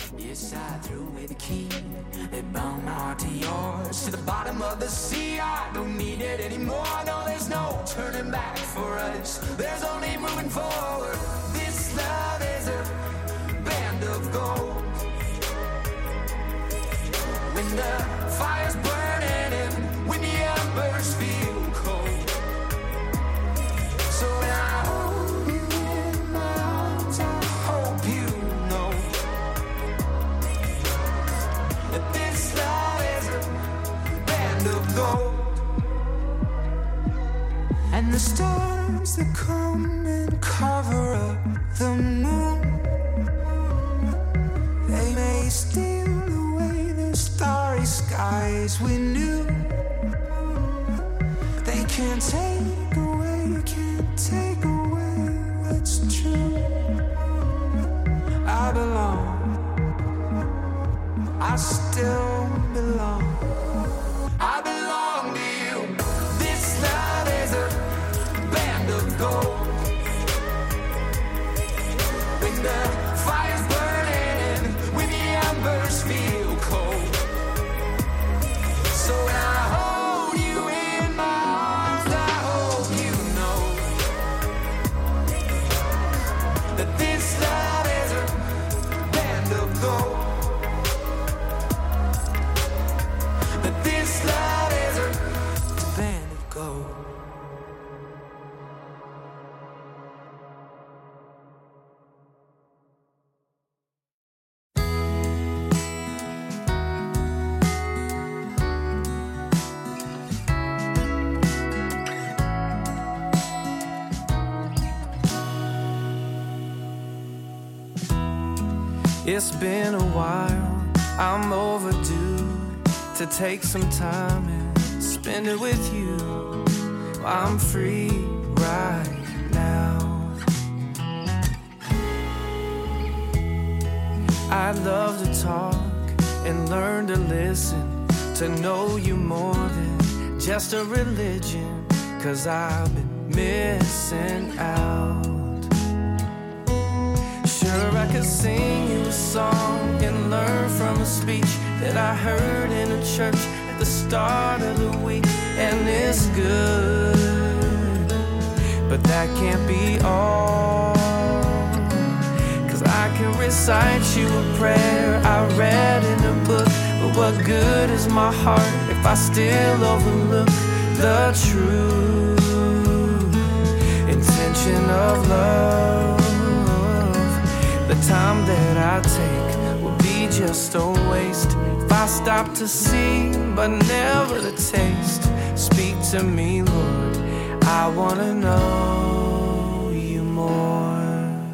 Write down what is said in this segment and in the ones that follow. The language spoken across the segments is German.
Yes, I threw away the key. They bound my heart to yours. To the bottom of the sea, I don't need it anymore. No, there's no turning back for us. There's only moving forward. This love is a band of gold. When the fire's burning and when the embers feel cold. So when I hold you in my arms, I hope you know that this love is a band of gold. And the stars that come and cover up the moon, they may steal away the starry skies we knew. They can't take away, can't take away what's true. I belong, I still belong. I belong to you. This love is a band of gold. When the fire's burning, when the embers feel cold. So when I hold you in my arms, I hope you know that this love is a band of gold. That this love is a band of gold. It's been a while, I'm overdue to take some time and spend it with you. I'm free right now. I'd love to talk and learn to listen, to know you more than just a religion, 'cause I've been missing out. Sure, I could sing you a song and learn from a speech that I heard in a church at the start of the week, and it's good, but that can't be all, 'cause I can recite you a prayer I read in a book, but what good is my heart if I still overlook the true intention of love? The time that I take will be just a waste if I stop to see but never to taste. Speak to me, Lord, I wanna know you more.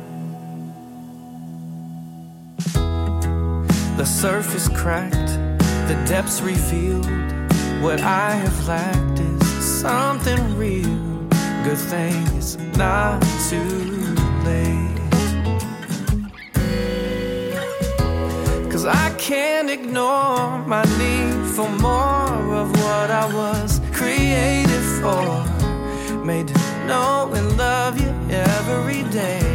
The surface cracked, the depths revealed. What I have lacked is something real. Good thing it's not too late. 'Cause I can't ignore my need for more of what I was created for. Made to know and love you every day.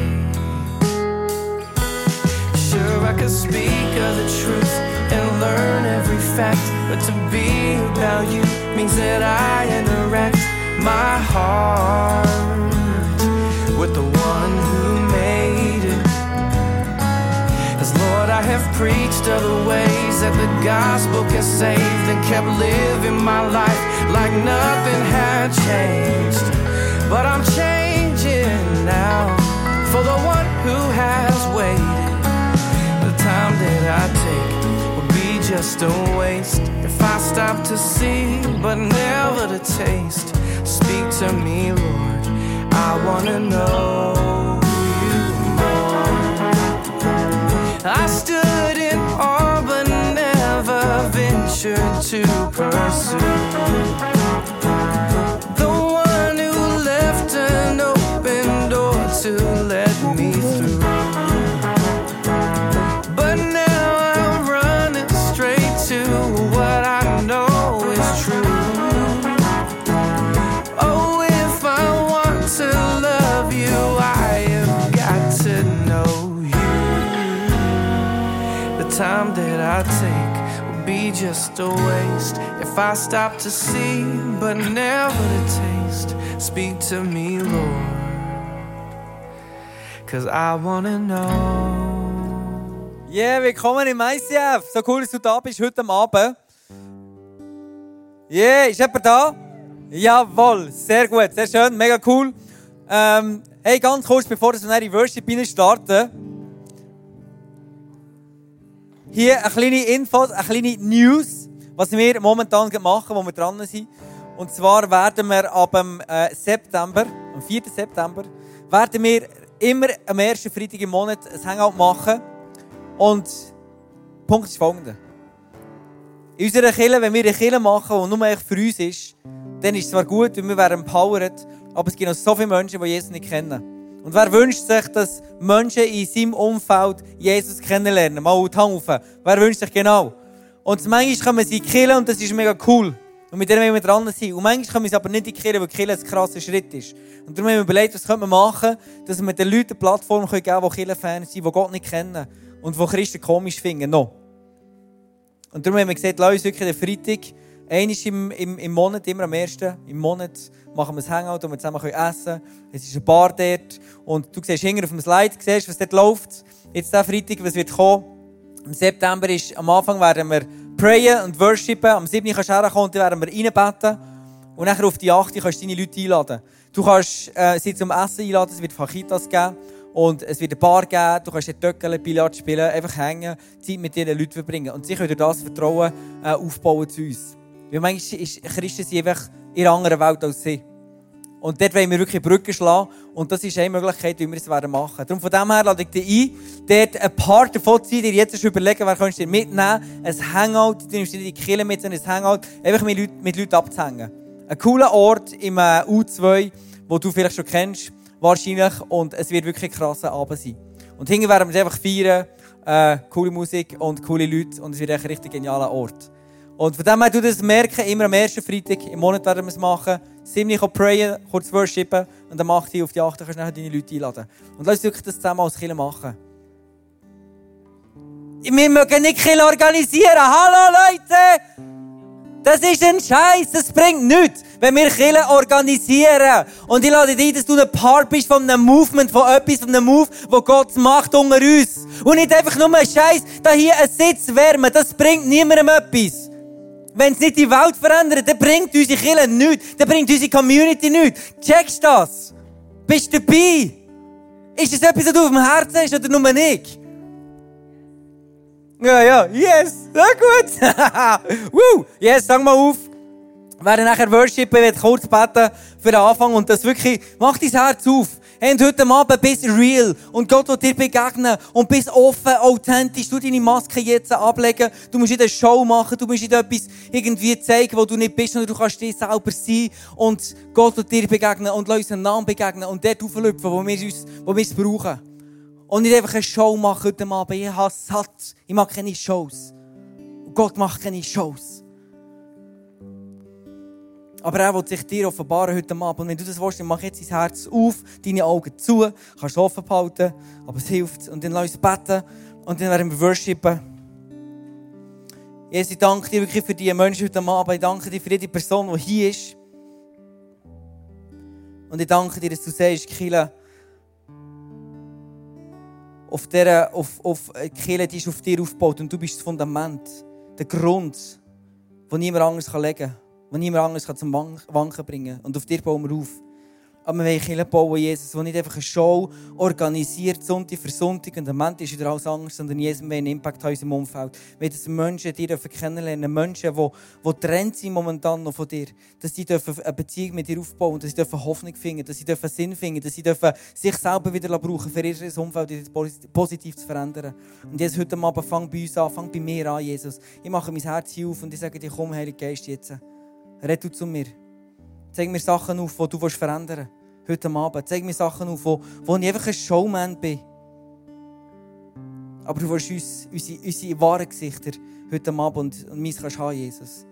Sure, I could speak of the truth and learn every fact, but to be about you means that I interact my heart with the one who made it. 'Cause Lord, I have preached other ways that the gospel can save, and kept living my life like nothing had changed. But I'm changing now for the one who has waited. The time that I take will be just a waste if I stop to see but never to taste. Speak to me, Lord, I wanna know you more. I stood in awe but never ventured to pursue the one who left an open door to let me through. But now I'm running straight to what I know is true. Oh, if I want to love you, I have got to know you. time that I take will be just a waste if I stop to see but never to taste. Speak to me, Lord, 'cause I wanna know. Yeah, willkommen im ICF. So cool, dass du da bist heute Abend. Yeah, ist jemand da? Jawohl, sehr gut, sehr schön, mega cool. Hey, ganz kurz, bevor wir in die Worship starten. Hier eine kleine Infos, eine kleine News, was wir momentan machen, wo wir dran sind. Und zwar werden wir ab dem September, am 4. September, werden wir immer am ersten Freitag im Monat ein Hangout machen. Und der Punkt ist folgender. In unserer Kirche, wenn wir eine Kirche machen, die nur echt für uns ist, dann ist es zwar gut, weil wir werden empowered, aber es gibt noch so viele Menschen, die Jesus nicht kennen. Und wer wünscht sich, dass Menschen in seinem Umfeld Jesus kennenlernen? Mal die Hand rauf. Wer wünscht sich genau? Und manchmal kommen sie in die Kirche und das ist mega cool. Und mit denen wollen wir dran sein. Und manchmal kommen sie aber nicht in die Kirche, weil die Kirche ein krasser Schritt ist. Und darum haben wir überlegt, was können wir machen, dass wir den Leuten eine Plattform geben können, die Kirchenfans sind, die Gott nicht kennen und die Christen komisch finden. No. Und darum haben wir gesagt, lass uns wirklich den Freitag, einmal im Monat, immer am 1. im Monat, machen wir ein Hangout, wo wir zusammen essen können. Es ist eine Bar dort. Und du siehst hinten auf dem Slide, siehst, was dort läuft. Jetzt der Freitag, was wird kommen. Im September ist, am Anfang werden wir prayen und worshipen. Am 7. kannst du herkommen und dann werden wir reinbeten. Und nachher auf die 8. kannst du deine Leute einladen. Du kannst sie zum Essen einladen, es wird Fajitas geben. Und es wird eine Bar geben, du kannst dort Töckeln, Billard spielen, einfach hängen, Zeit mit diesen Leuten verbringen. Und sie können durch das Vertrauen aufbauen zu uns. Weil manchmal ist Christen sind einfach in einer anderen Welt als sie. Und dort wollen wir wirklich Brücken schlagen. Und das ist eine Möglichkeit, wie wir es machen werden. Darum von dem her lade ich dich ein, dort ein Part davon zu sein, dir jetzt schon überlegen, wer kannst du dir mitnehmen. Ein Hangout, du nimmst dir die Kirche mit, ein Hangout, einfach mit Leuten abzuhängen. Ein cooler Ort im U2, wo du vielleicht schon kennst, wahrscheinlich. Und es wird wirklich ein krasser Abend sein. Und hinten werden wir es einfach feiern, coole Musik und coole Leute. Und es wird ein richtig genialer Ort. Und von dem her, du das merken, immer am 1. Freitag im Monat werden wir es machen. 7 prayen, kurz worshipen und am 8. auf die 8. kannst du nachher deine Leute einladen. Und lass uns wirklich das zusammen als Kirche machen. Wir mögen nicht Kirche organisieren. Hallo Leute! Das ist ein Scheiß, das bringt nichts, wenn wir Kirche organisieren. Und ich lade dich ein, dass du ein Part bist von einem Movement, von etwas, von einem Move, wo Gott macht unter uns. Und nicht einfach nur ein Scheiß, da hier ein Sitz wärmen, das bringt niemandem etwas. Wenn es nicht die Welt verändert, dann bringt unsere Kirche nichts. Dann bringt unsere Community nichts. Checkst du das? Bist du dabei? Ist das etwas, was du auf dem Herzen hast oder nur nicht? Ja, yes, sehr gut. Woo, yes, sag mal auf. Wir werden nachher worshipen, ich werde kurz beten für den Anfang und das wirklich, mach dein Herz auf. Hey, und heute Abend bist real und Gott will dir begegnen und bist offen, authentisch. Du deine Maske jetzt ablegen. Du musst nicht eine Show machen, du musst nicht etwas irgendwie zeigen, wo du nicht bist, sondern du kannst dir selber sein und Gott will dir begegnen und lass uns einen Namen begegnen und dort auflüpfen, wo wir es brauchen. Und nicht einfach eine Show machen heute Abend. Ich habe es satt. Ich mag keine Shows. Und Gott macht keine Shows. Aber er will sich dir offenbaren heute Abend. Und wenn du das willst, dann mach jetzt dein Herz auf, deine Augen zu. Kannst du offen behalten, aber es hilft. Und dann lass uns beten und dann werden wir worshipen. Jesus, ich danke dir wirklich für die Menschen heute Abend. Ich danke dir für jede Person, die hier ist. Und ich danke dir, dass du sagst, Kille, auf Kirche, die ist auf dir aufgebaut und du bist das Fundament, der Grund, den niemand anders legen kann, den niemand anders zum Wanken bringen kann. Und auf dir bauen wir auf. Aber wir wollen Kirche bauen, Jesus, die nicht einfach eine Show organisiert, Sonntag für Sonntag und am Ende ist wieder alles anders, sondern Jesus will einen Impact haben in unserem Umfeld. Wir wollen, dass Menschen dir kennenlernen, Menschen, die getrennt sind momentan noch von dir, dass sie eine Beziehung mit dir aufbauen, dass sie Hoffnung finden, dass sie Sinn finden, dass sie sich selber wieder brauchen, für ihr Umfeld positiv zu verändern. Und Jesus, heute Abend fang bei uns an, fang bei mir an, Jesus. Ich mache mein Herz hier auf und ich sage dir, komm, Heiliger Geist, jetzt. Red du zu mir. Zeig mir Sachen auf, die du verändern willst. Heute Abend. Zeig mir Sachen auf, wo ich einfach ein Showman bin. Aber du willst uns unsere wahren Gesichter heute Abend und meins kannst haben, Jesus.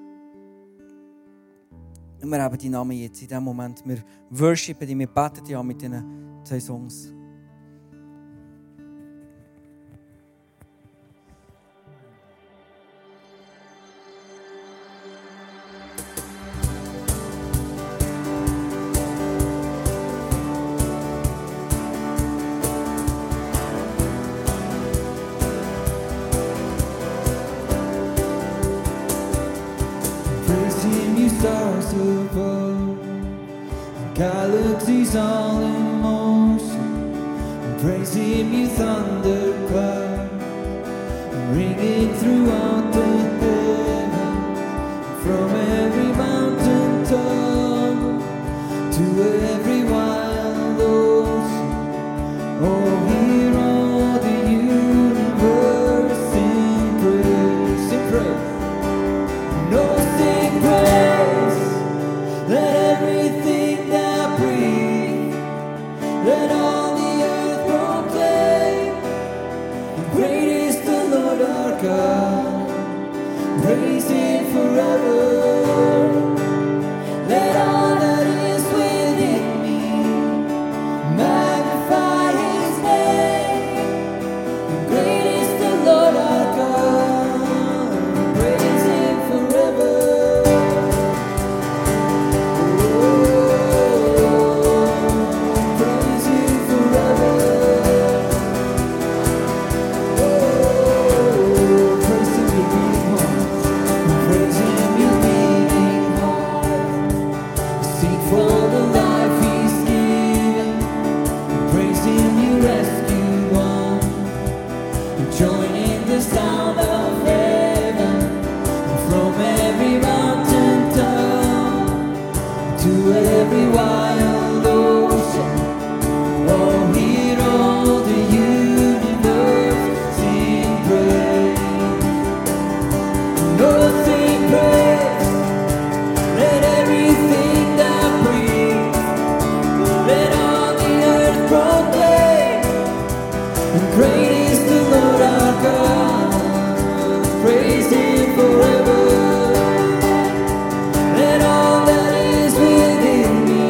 Und wir haben deinen Namen jetzt in diesem Moment. Wir worshipen dich, wir beten dich an mit diesen 2 Songs. stars above, galaxies all in motion, praising you thundercloud, ringing throughout the heaven, from every mountain top to every wild ocean. Oh, hear all the universe sing praise, sing praise. No, sing praise. Let everything that breathes, let all the earth proclaim, great is the Lord our God. Praise Him forever. Let all that is within me magnify His name. Great is the Lord our God. Praise Him forever. Praise Him forever. Praise Him, you beating hearts. Praise Him, you beating hearts. Sing for the life He's given. Praise Him, you rescued one. Join in the sound of heaven, from every mountain top to every wild ocean. Oh, hear all the universe sing praise. No, sing praise. Let everything that breathes, let all the earth proclaim, great is the Lord our God. Praise Him forever. Let all that is within me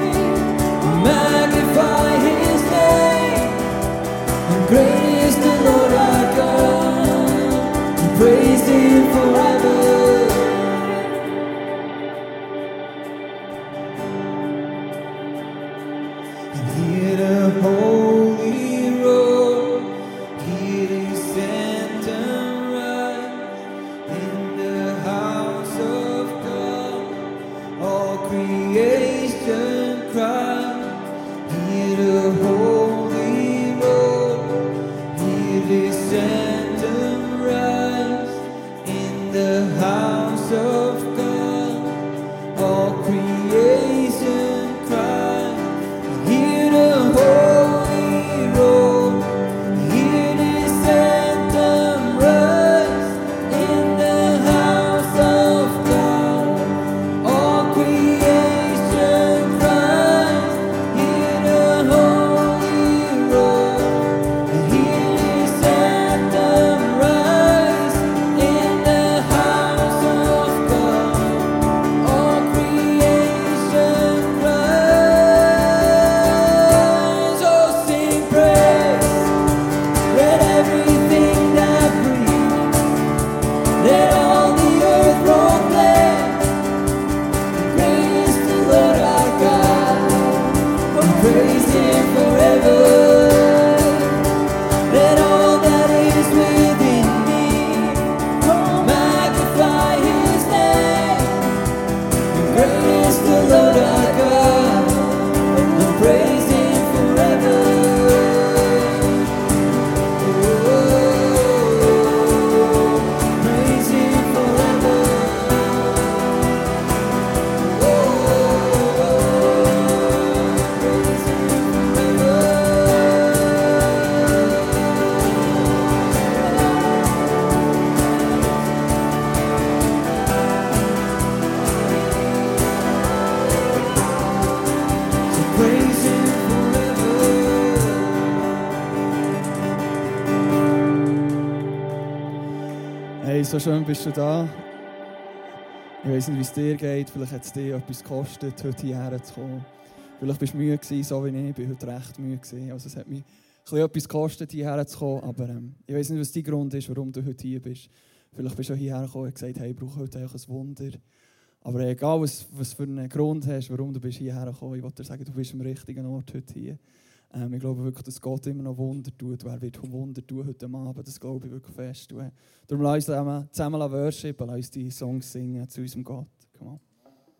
magnify His name. Great is the Lord our God. Praise Him forever. And hear the holy roar, hear His anthem rise in the house of God. All creation cries. Hear the holy roar, hear His anthem rise in the house of God. All creation cries. Hear the holy roar, hear His anthem rise in the house of God. All creation cries. Hear the holy roar, hear His anthem rise in the house of God. All creation cries. Oh, sing praise. Let everything that breathes, let all the earth proclaim, great is the Lord our God. Oh, praise Him forever. Let all that is within me magnify His name. Great is the Lord our God. Oh, praise Him forever. Praise Him forever. Praise Him forever. Praise Him forever. Hey, so schön bist du da. Ich weiss nicht, wie es dir geht. Vielleicht hat es dir etwas gekostet, heute hierher zu kommen. Vielleicht bist du müde gewesen, so wie ich. Ich war heute recht müde gewesen. Also es hat mich etwas gekostet, hierher zu kommen. Aber ich weiss nicht, was dein Grund ist, warum du heute hier bist. Vielleicht bist du auch hierher gekommen und gesagt, hey, ich brauche heute ein Wunder. Aber egal, was für einen Grund hast, warum du hierher gekommen bist, ich wollte dir sagen, du bist am richtigen Ort heute hier. Ich glaube wirklich, dass Gott immer noch Wunder tut. Wer wird Wunder tun heute Abend? Das glaube ich wirklich fest. Darum lass uns zusammen worshipen, lass uns die Songs singen zu unserem Gott. Come on.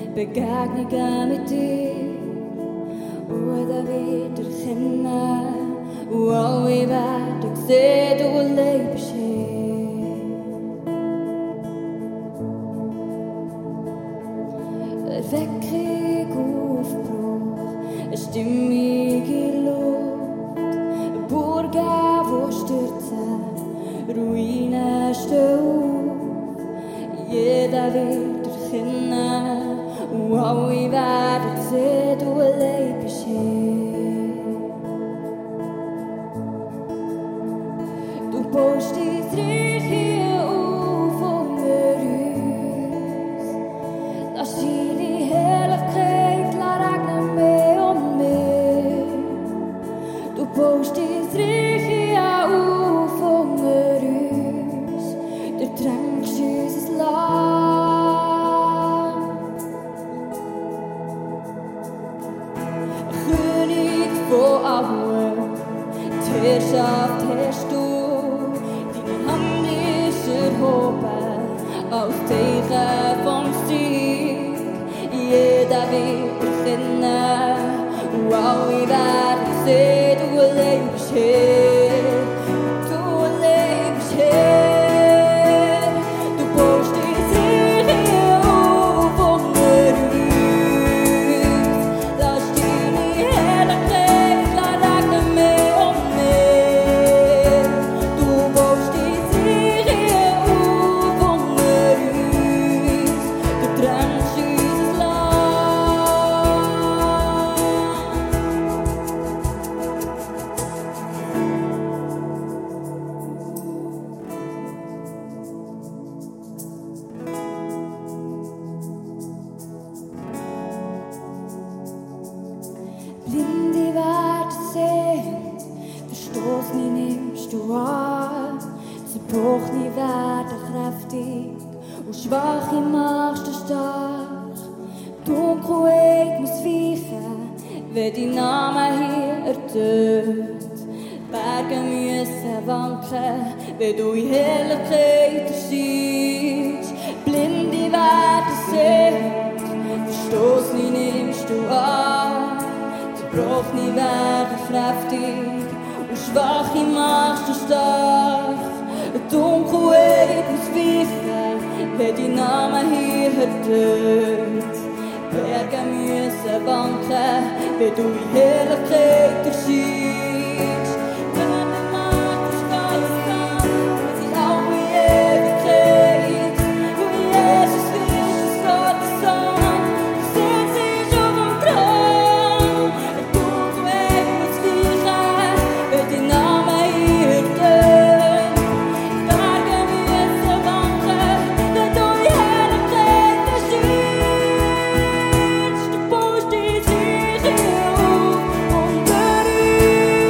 Begegnungen mit dir. Und er wird erkennen, und alle werden sehen, du lebst hier. Erweckung, Aufbruch, eine stimmige Luft, Burgen, die stürzen, Ruinen stehen auf. Jeder wird erkennen, und alle werden sehen, du lebst hier. Du baust dein Reich hier auf unter uns. Lass deine Herrlichkeit regnen mehr und mehr. Du baust dein Reich hier auf unter uns. Du tränkst unser Land. König von allen, die Herrschaft hast du. Deine Hand ist erhoben als Zeichen vom Sieg. Jeder wird erkennen, und alle werden sehen, du lebst hier. Du lebst hier. Du baust dein Reich hier auf unter uns. Lass deine Herrlichkeit regnen mehr und mehr. Du baust dein Reich hier auf unter uns. Du tränkst unser Land. Blinde werden sehend, Verstoßene nimmst du an. Zerbrochene werden kräftig und Schwache machst du stark. Dunkelheit muss weichen, wenn dein Name hier ertönt. Berge müssen wanken, wenn du in Herrlichkeit erscheinst. Blinde werden sehend, Verstoßene nimmst du an. Zerbrochene werden kräftig und Schwache machst du stark. Dunkelheit muss weichen, wenn dein Name hier ertönt. Berge müssen wanken, wenn du in Herrlichkeit erscheinst. Deine Macht ist ganz sie alle Ewigkeit. Und Jesus Christus, Gottes Sohn, sitzt sich auf dem Thron. Dunkelheit muss weichen, wenn dein Name hier ertönt. Berge müssen wanken, wenn du in Herrlichkeit erscheinst. Du baust dein Reich hier auf unter uns.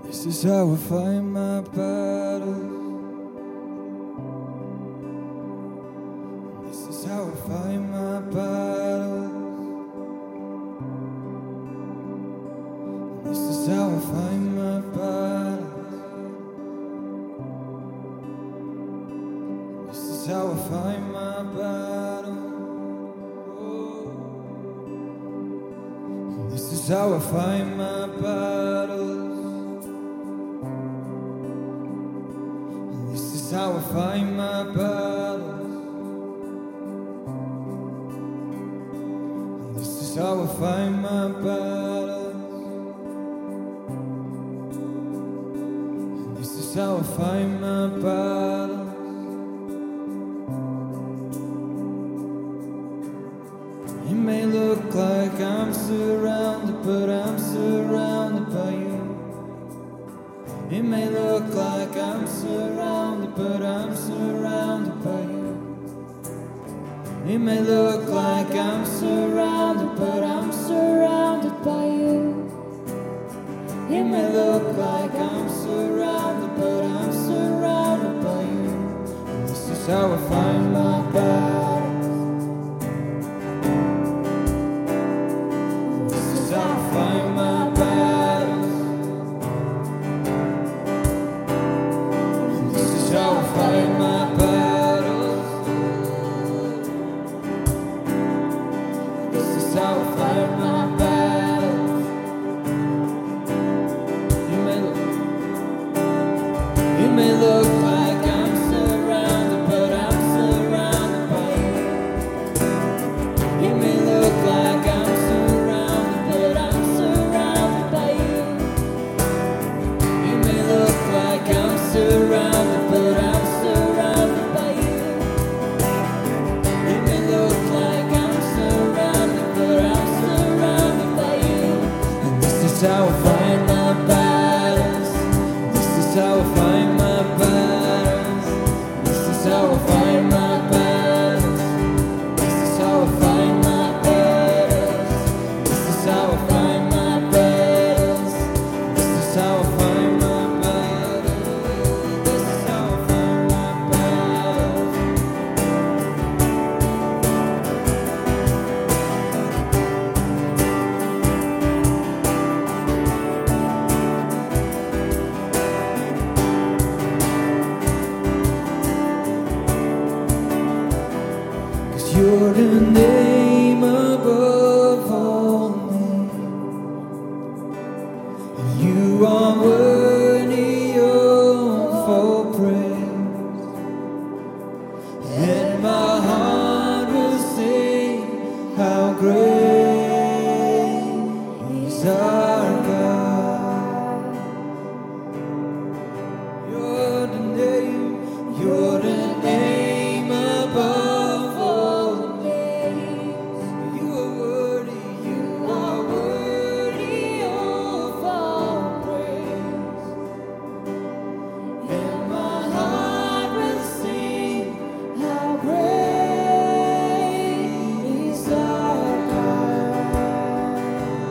This is how I fight my battles. This is how I fight my battles. This is how I fight my battles. This is how I fight my battles. This is how I fight my battles. This is how I fight my battles. This is how I fight my battles. This is how I fight my battles. It may look like I'm surrounded, but I'm surrounded by you. It may look like I'm surrounded, but I'm surrounded by you. It may look like I'm surrounded, but I'm surrounded by you. It may look like I'm surrounded, but I'm surrounded by you. And this is how I find my battles. This is how I find my battles. This is how I fight my battles. This is how I fight my battles. It may look like I'm surrounded, but I'm surrounded by you. It may look like I'm surrounded, but I'm surrounded by you. It may look like I'm surrounded, but I'm surrounded by you. It may look like I'm surrounded, but I'm surrounded by you. And this is how I find my battles. This is how I find my battles. This is how I find my battles. This is how I find my battles. This is how I find my battles. This is how I find my battles. This is how I find my battles. Cause you're the name above all names. You are worthy of all praise. And my heart will sing how great is our God. You're the name above all names. You are worthy of all praise. And my heart will sing how great is our God.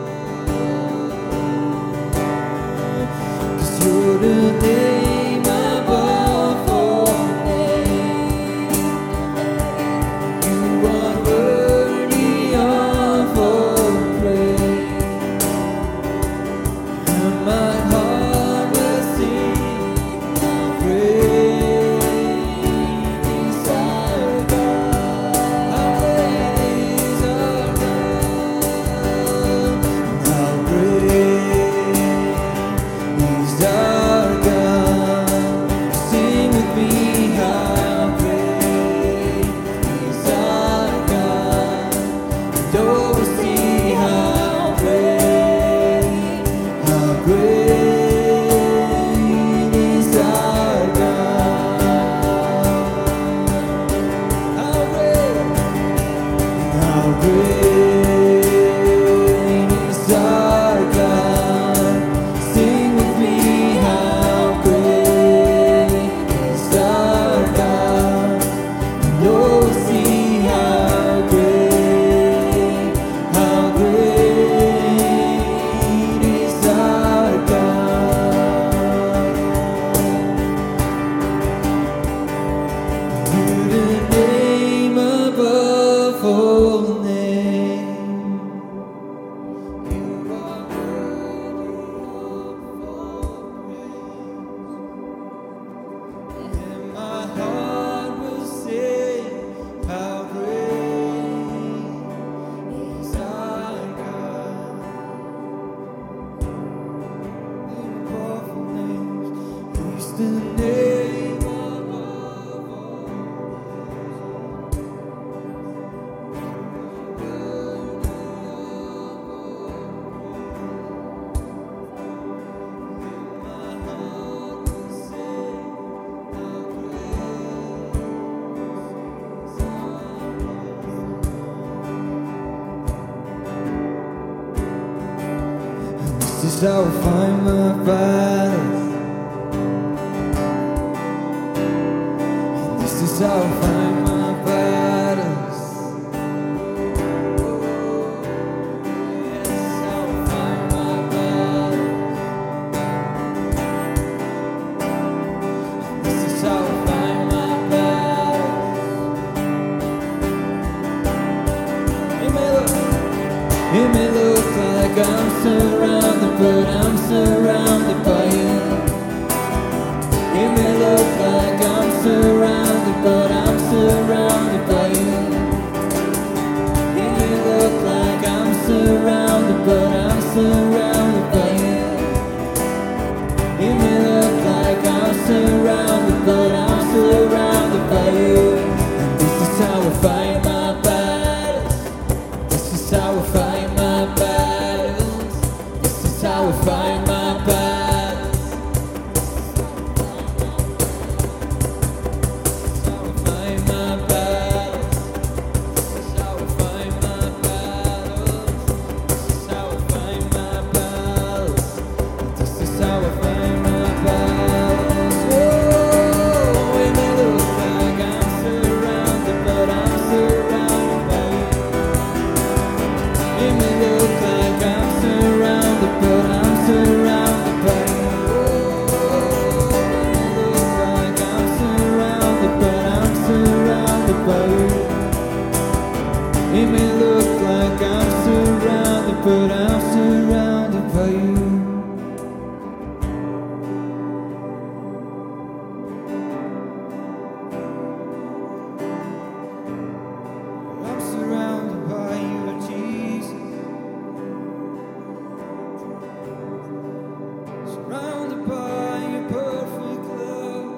'Cause you're the name above all names. You are worthy of all praise. And my heart will sing how great is our God. How great is our God. How great is our God. Sing with me, how great is our God. And oh, we'll see how great is our God. How great is our God. Sing with me, how great is our God. And oh, see how great is our God. the name above all. This is how I find my battles. This is how I find my battles. This is how I find my battles. This is how I find my battles. It may look like I'm surrounded, but I'm surrounded by you. It may look like I'm surrounded, but I'm surrounded by you. It may look like I'm surrounded, but I'm surrounded by you. It may look like I'm surrounded, but I'm surrounded by you. And this is how I fight my battles. This is how I fight my battles. This is how I fight my battles. This is how I fight my battles. This is how I fight my battles. This is how I fight my battles. This is how I fight my battles. Oh, it may look like I'm surrounded, but I'm surrounded by you. It may look like I'm surrounded, but I'm surrounded by you. It may look like I'm surrounded, but I'm surrounded by you. It may look like I'm surrounded, but I'm surrounded by you. I'm surrounded by you, Jesus. Surrounded by your perfect love.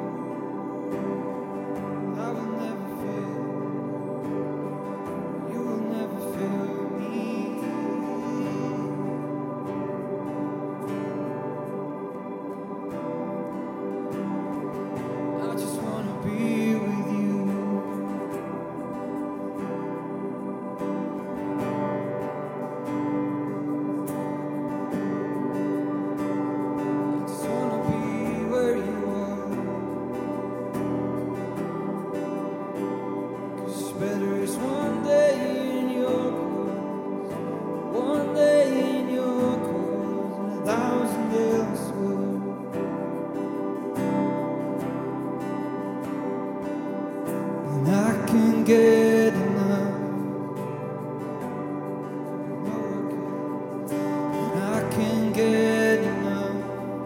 I will never fail. You will never fail me. I just want to be with you. I just wanna be where you are. 'Cause better is one day in your cause, one day in your cause, and 1,000 elsewhere. And I can get enough. No, I can't. And I can get enough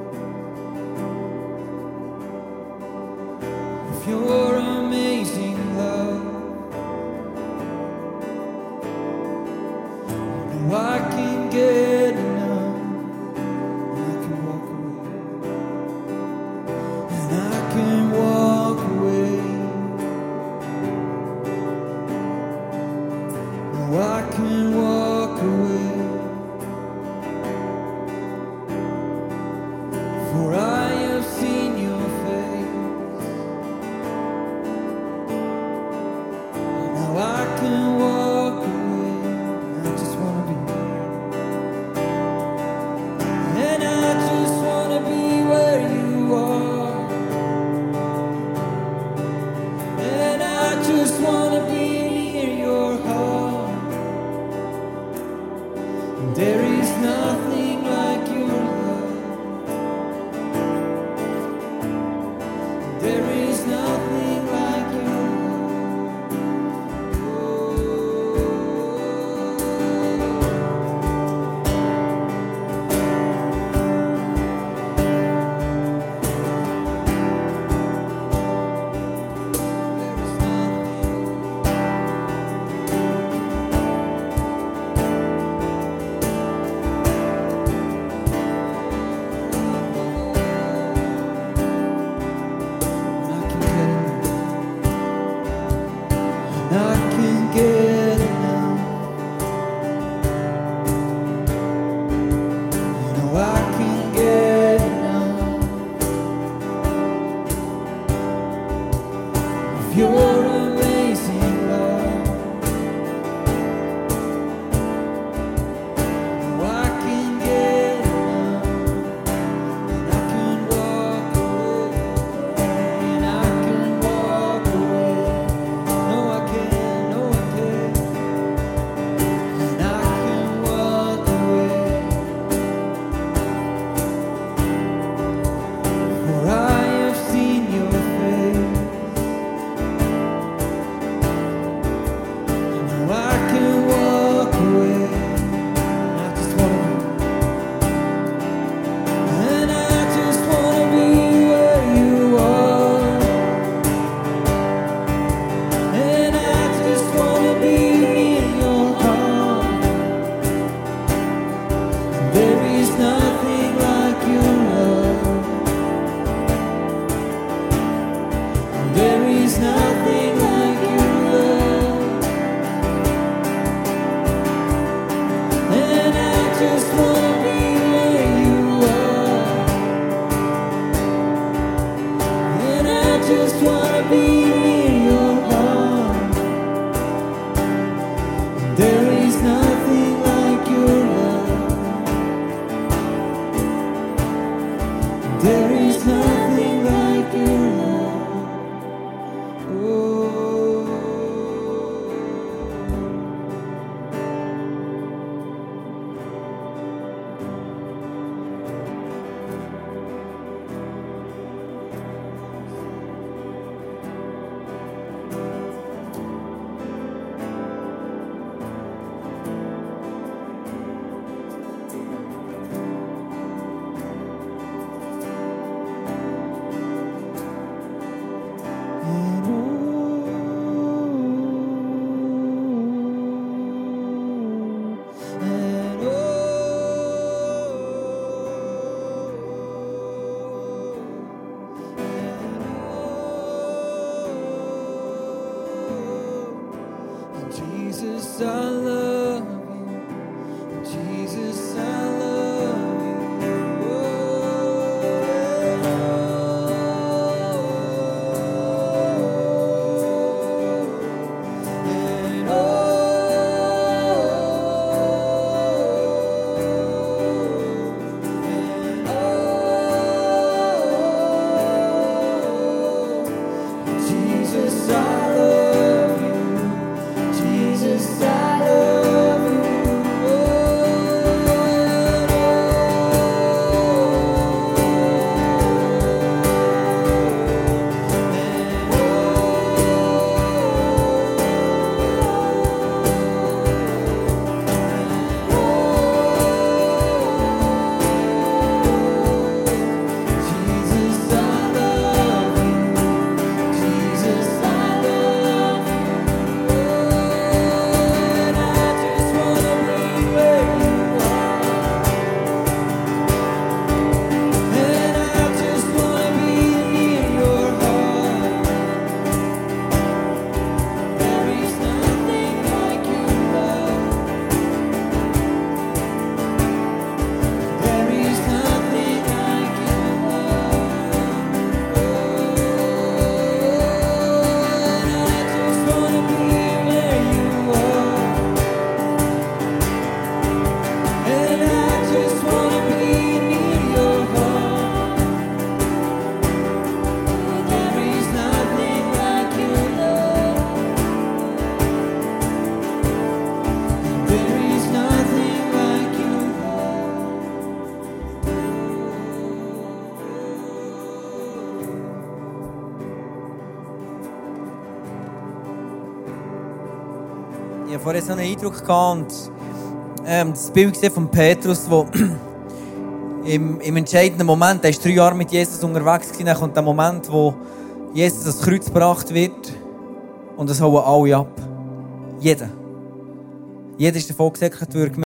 of your amazing love. No, I can get enough, and I can walk away, and I can walk away. No, I can walk away. For I have seen your face. Now I can walk away. I just wanna be near. And I just wanna be where you are. And I just wanna be near your heart. There is nothing like your love. There is nothing like your love. Ich hatte vorher so einen Eindruck und das Bild gesehen von Petrus, der im entscheidenden Moment, er war 3 Jahre mit Jesus unterwegs, dann kommt der Moment, wo Jesus ans Kreuz gebracht wird und das hauen alle ab. Jeder ist davon gesäckelt worden.